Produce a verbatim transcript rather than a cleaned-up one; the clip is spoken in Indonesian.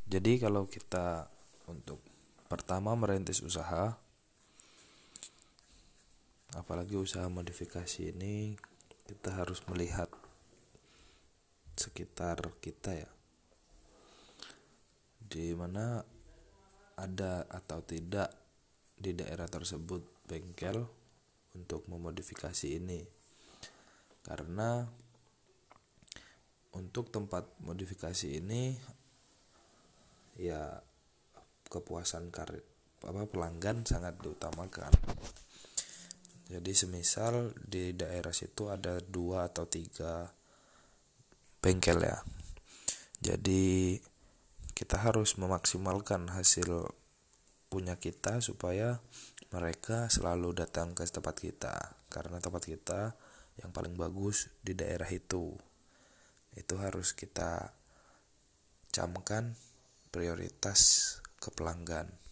Jadi kalau kita untuk pertama merintis usaha, apalagi usaha modifikasi ini, kita harus melihat sekitar kita ya, di mana ada atau tidak di daerah tersebut bengkel untuk memodifikasi ini. Karena untuk tempat modifikasi ini ya kepuasan karir apa pelanggan sangat diutamakan. Jadi semisal di daerah situ ada dua atau tiga bengkel ya. Jadi kita harus memaksimalkan hasil punya kita supaya mereka selalu datang ke tempat kita, karena tempat kita yang paling bagus di daerah itu. Itu harus kita camkan prioritas ke pelanggan.